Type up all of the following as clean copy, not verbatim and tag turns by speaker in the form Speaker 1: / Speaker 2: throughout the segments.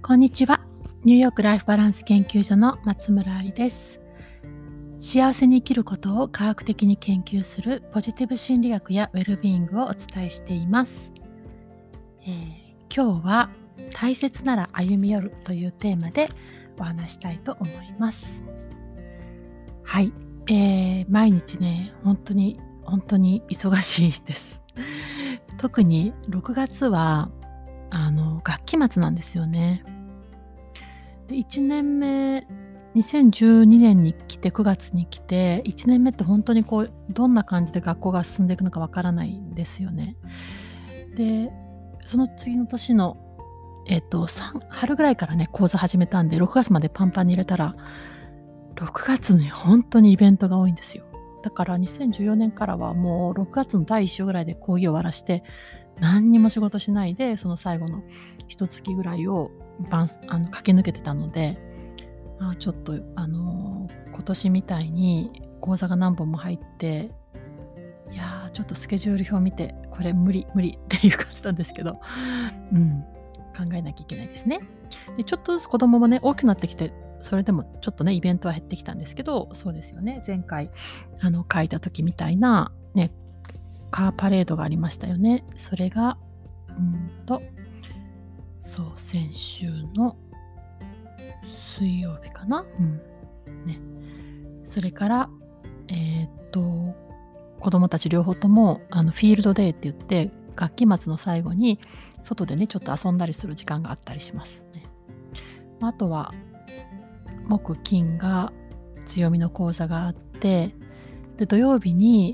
Speaker 1: こんにちは。ニューヨークライフバランス研究所の松村ありです。幸せに生きることを科学的に研究するポジティブ心理学やウェルビーイングをお伝えしています。今日は大切なら歩み寄るというテーマでお話したいと思います。はい、毎日ね、本当に忙しいです。特に6月は学期末なんですよね。で、1年目、2012年に来て、9月に来て、1年目って本当にどんな感じで学校が進んでいくのかわからないんですよね。で、その次の年の、春ぐらいからね、講座始めたんで、6月までパンパンに入れたら、6月に本当にイベントが多いんですよ。だから2014年からはもう6月の第1週ぐらいで講義を終わらして、何にも仕事しないで、その最後の1月ぐらいを駆け抜けてたので、ちょっと今年みたいに講座が何本も入って、いやちょっとスケジュール表見て、これ無理っていう感じなんですけど、考えなきゃいけないですね。で、ちょっとずつ子供もね、大きくなってきて、それでもちょっとね、イベントは減ってきたんですけど、そうですよね。前回書いた時みたいなね、カーパレードがありましたよね。それが先週の水曜日かな。それから子供たち両方ともフィールドデーって言って、学期末の最後に外でねちょっと遊んだりする時間があったりしますね。あとは木金が強みの講座があって、で土曜日に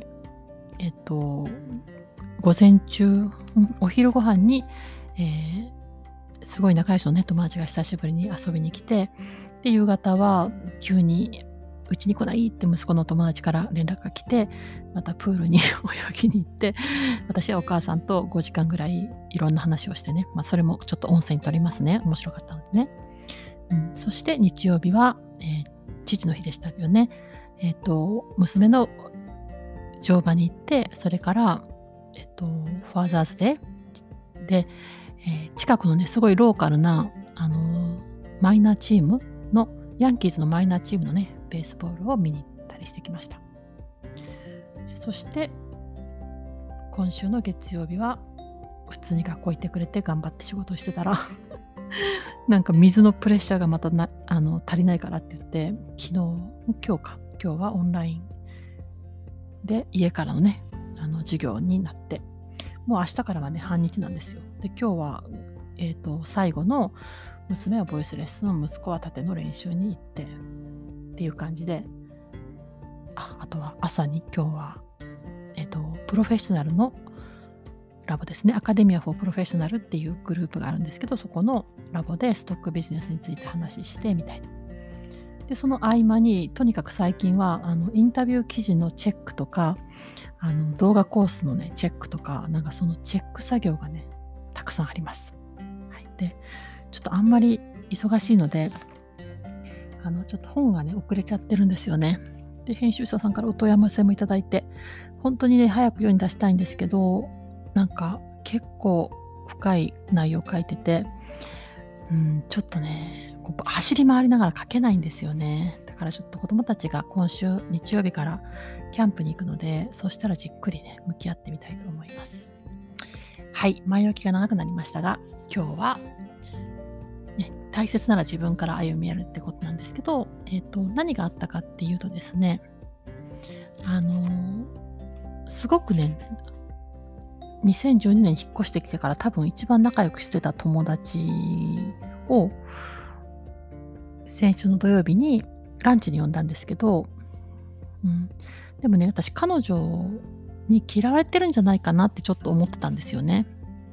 Speaker 1: 午前中、お昼ご飯に、すごい仲良しのね友達が久しぶりに遊びに来て、で夕方は急にうちに来ないって息子の友達から連絡が来て、またプールに泳ぎに行って、私はお母さんと5時間ぐらいいろんな話をしてね、それもちょっと音声に取りますね。面白かったのでね。そして日曜日は、父の日でしたけどね、娘の乗馬に行って、それからファーザーズデーで、近くのねすごいローカルなマイナーチームのヤンキーズのマイナーチームのねベースボールを見に行ったりしてきました。そして今週の月曜日は普通に学校行ってくれて頑張って仕事をしてたらなんか水のプレッシャーがまた足りないからって言って、今日はオンラインで家からのね授業になって、もう明日からはね半日なんですよ。で今日は最後の娘はボイスレッスン、息子は縦の練習に行ってっていう感じで、あとは朝に今日はプロフェッショナルのラボですね、アカデミア・フォー・プロフェッショナルっていうグループがあるんですけど、そこのラボでストックビジネスについて話してみたいな。でその合間にとにかく最近はインタビュー記事のチェックとか動画コースのねチェックとか、なんかそのチェック作業がねたくさんあります。でちょっとあんまり忙しいのでちょっと本がね遅れちゃってるんですよね。で編集者さんからお問い合わせもいただいて、本当にね早く世に出したいんですけど、なんか結構深い内容を書いてて、ちょっとね走り回りながら書けないんですよね。だからちょっと子供たちが今週日曜日からキャンプに行くので、そしたらじっくりね向き合ってみたいと思います。はい、前置きが長くなりましたが、今日は大切なら自分から歩み寄るってことなんですけど、何があったかっていうとですね、すごくね2012年に引っ越してきてから多分一番仲良くしてた友達を先週の土曜日にランチに呼んだんですけど、でもね私彼女に嫌われてるんじゃないかなってちょっと思ってたんですよね。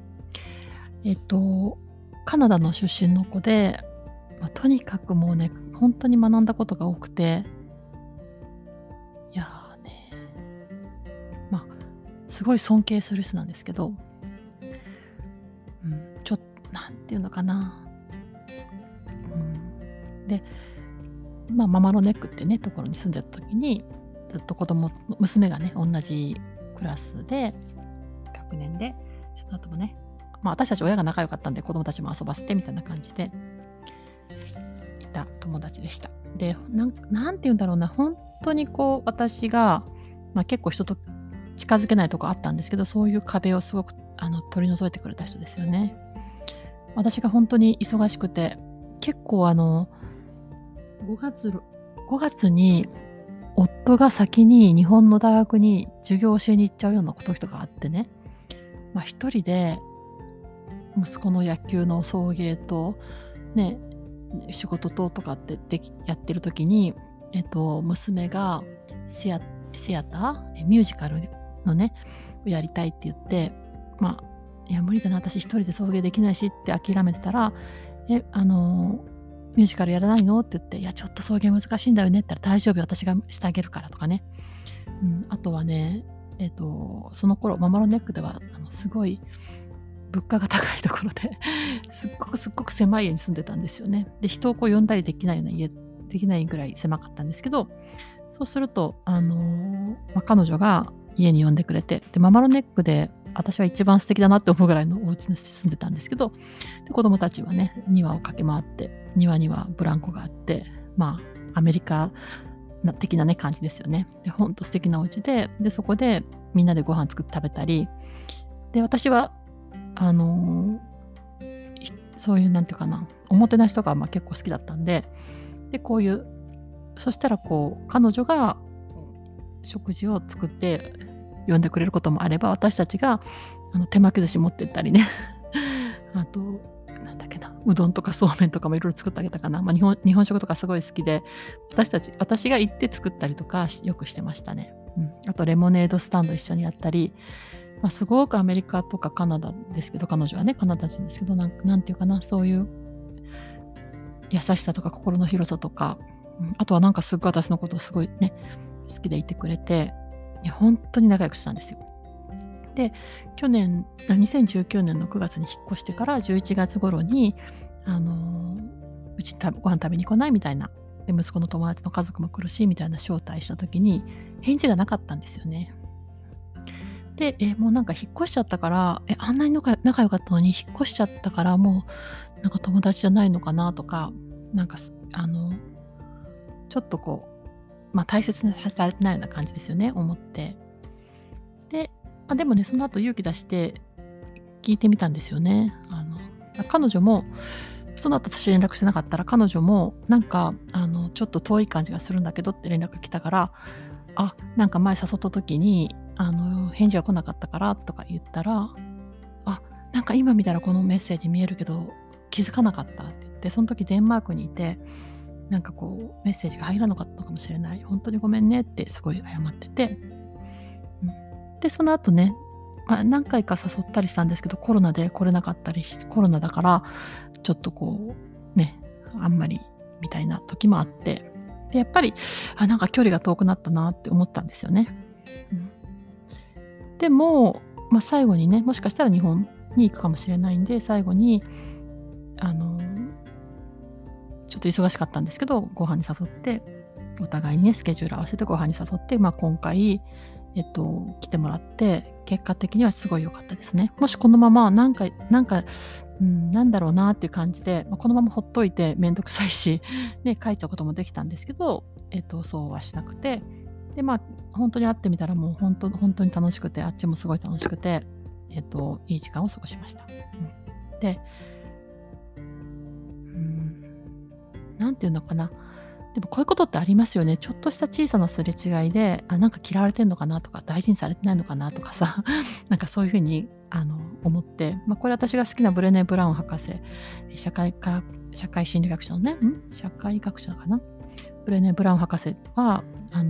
Speaker 1: カナダの出身の子で、とにかくもうね本当に学んだことが多くて、いやねすごい尊敬する人なんですけど、ちょっとなんていうのかな、でママロネックってねところに住んでた時に、ずっと娘がね同じクラスで学年で、ちょっとあともね私たち親が仲良かったんで子供たちも遊ばせてみたいな感じで、 た友達でした。で、なんて言うんだろうな、本当にこう私が、結構人と近づけないとこあったんですけど、そういう壁をすごく取り除いてくれた人ですよね。私が本当に忙しくて、結構5月に夫が先に日本の大学に授業を教えに行っちゃうようなことがあってね、一人で息子の野球の送迎と、ね、仕事とかってやってる時に、娘がシアターミュージカルのね、やりたいって言って、いや無理だな、私一人で送迎できないしって諦めてたら、ミュージカルやらないのって言って、いやちょっと送迎難しいんだよねって言ったら、大丈夫私がしてあげるからとかね。あとはね、その頃ママロネックではすごい物価が高いところですっごく狭い家に住んでたんですよね。で、人をこう呼んだりできないような家、できないぐらい狭かったんですけど、そうすると彼女が家に呼んでくれて、でママロネックで私は一番素敵だなって思うぐらいのお家に住んでたんですけど、で子供たちはね庭を駆け回って、庭にはブランコがあって、アメリカ的なね感じですよね。でほんと素敵なお家で、そこでみんなでご飯作って食べたり、で私はそういうなんていうかな、おもてなしとか結構好きだったんで、こういうそしたらこう彼女が食事を作って呼んでくれることもあれば、私たちが手巻き寿司持ってったりねあとなんだっけな、うどんとかそうめんとかもいろいろ作ってあげたかな。日本食とかすごい好きで、私が行って作ったりとかよくしてましたね。あとレモネードスタンド一緒にやったり、すごくアメリカとかカナダですけど、彼女はねカナダ人ですけど、なんていうかな、そういう優しさとか心の広さとか、あとはすっごい私のことをすごいね好きでいてくれて、本当に仲良くしたんですよ。で、2019年の9月に引っ越してから11月頃にうちにご飯食べに来ないみたいな、で息子の友達の家族も来るしみたいな招待した時に返事がなかったんですよね。で、もう引っ越しちゃったから、あんなに仲良かったのに引っ越しちゃったから、もう友達じゃないのかなとか、ちょっとこう、大切にされてないような感じですよね、思って。で、でもね、その後勇気出して聞いてみたんですよね。彼女も、その後私連絡してなかったら、彼女もちょっと遠い感じがするんだけどって連絡が来たから、前誘った時に返事が来なかったからとか言ったら、今見たらこのメッセージ見えるけど気づかなかったって言って、その時デンマークにいて、メッセージが入らなかったのかもしれない、本当にごめんねってすごい謝ってて、でその後ね、何回か誘ったりしたんですけど、コロナで来れなかったりして、コロナだからちょっとこうね、あんまりみたいな時もあって、でやっぱり距離が遠くなったなって思ったんですよね。でも、最後にね、もしかしたら日本に行くかもしれないんで、最後にちょっと忙しかったんですけど、ご飯に誘って、お互いにねスケジュール合わせてご飯に誘って、今回来てもらって、結果的にはすごい良かったですね。もしこのままなんだろうなっていう感じで、このままほっといてめんどくさいし、ね、帰っちゃうこともできたんですけど、そうはしなくて、で本当に会ってみたらもう本当に楽しくて、あっちもすごい楽しくて、いい時間を過ごしました。で、なんていうのかな。でもこういうことってありますよね。ちょっとした小さなすれ違いで、嫌われてんのかなとか、大事にされてないのかなとかさ、そういう風に思って、これ私が好きなブレネ・ブラウン博士、社会心理学者のね、社会学者かな。ブレネ・ブラウン博士は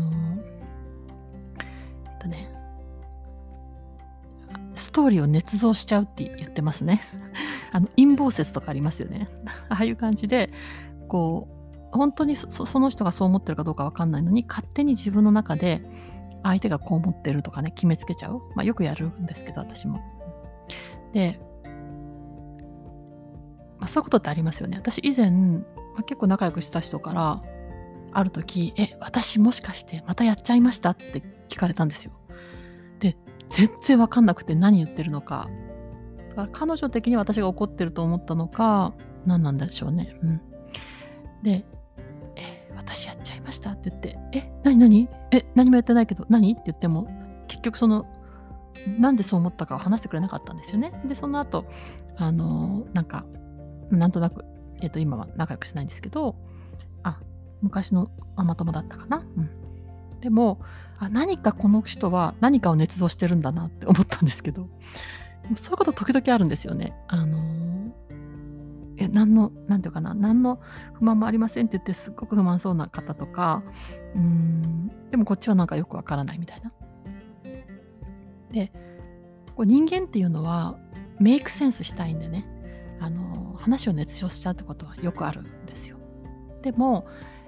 Speaker 1: ストーリーを捏造しちゃうって言ってますね。陰謀説とかありますよね。ああいう感じで、こう本当にその人がそう思ってるかどうかわかんないのに、勝手に自分の中で相手がこう思ってるとかね、決めつけちゃう。よくやるんですけど、私も。で、そういうことってありますよね。私以前、結構仲良くした人から、ある時、私もしかしてまたやっちゃいましたって聞かれたんですよ。で、全然わかんなくて何言ってるのか。だから彼女的に私が怒ってると思ったのか、何なんでしょうね。 で、私やっちゃいましたって言って、何何何もやってないけど、何って言っても、結局なんでそう思ったかを話してくれなかったんですよね。で、その後、なんか、なんとなく、今は仲良くしないんですけど、昔のママ友だったかな。うん。でも、何かこの人は何かを捏造してるんだなって思ったんですけど、でもそういうこと時々あるんですよね。なんていうかな、何の不満もありませんって言ってすっごく不満そうな方とか、でもこっちはなんかよくわからないみたいな。で、人間っていうのはメイクセンスしたいんでね、話を捏造しちゃうってことはよくあるんですよ。でも、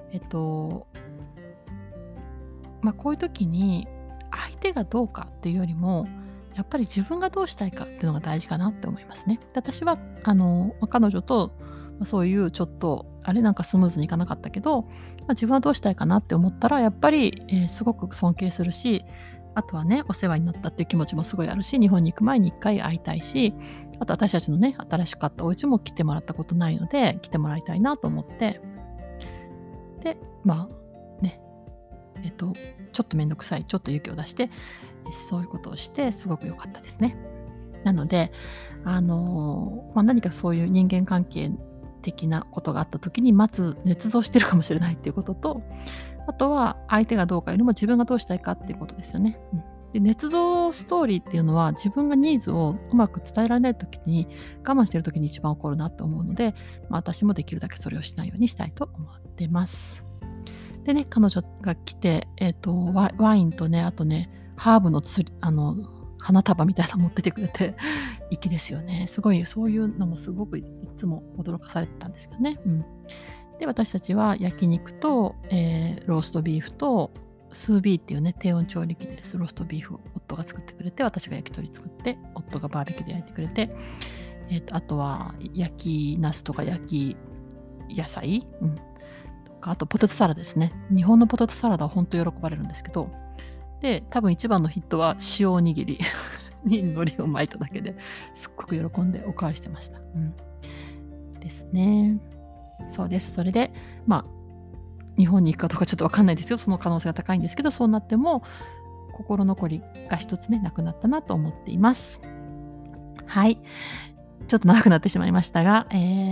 Speaker 1: こういう時に相手がどうかっていうよりも、やっぱり自分がどうしたいかっていうのが大事かなって思いますね。で、私は彼女と、そういうちょっとなんかスムーズにいかなかったけど、自分はどうしたいかなって思ったらやっぱり、すごく尊敬するし、あとはね、お世話になったっていう気持ちもすごいあるし、日本に行く前に1回会いたいし、あと私たちのね、新しかったお家も来てもらったことないので、来てもらいたいなと思って、で、ね、ちょっとめんどくさい、ちょっと勇気を出して、そういうことをしてすごく良かったですね。なので、何かそういう人間関係的なことがあった時に、まず捏造してるかもしれないっていうことと、あとは相手がどうかよりも自分がどうしたいかっていうことですよね。で、捏造ストーリーっていうのは自分がニーズをうまく伝えられない時に、我慢してる時に一番起こるなと思うので、私もできるだけそれをしないようにしたいと思ってます。でね、彼女が来て、ワインとね、あとね、ハーブの花束みたいなの持っててくれて、粋ですよね。すごい、そういうのもすごくいつも驚かされてたんですけどね。で、私たちは焼肉と、ローストビーフと、スービーっていうね、低温調理器でローストビーフを夫が作ってくれて、私が焼き鳥作って、夫がバーベキューで焼いてくれて、あとは焼きナスとか焼き野菜、とか、あとポテトサラダですね。日本のポテトサラダは本当喜ばれるんですけど、で、多分一番のヒットは塩おにぎりに海苔を巻いただけですっごく喜んでおかわりしてました。ですね。そうです。それで、日本に行くかどうかちょっとわかんないですよ。その可能性が高いんですけど、そうなっても心残りが一つね、なくなったなと思っています。はい。ちょっと長くなってしまいましたが、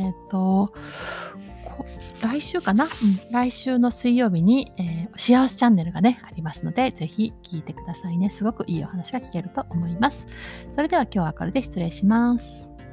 Speaker 1: 来週かな、来週の水曜日に、幸せチャンネルがね、ありますので、ぜひ聞いてくださいね。すごくいいお話が聞けると思います。それでは今日はこれで失礼します。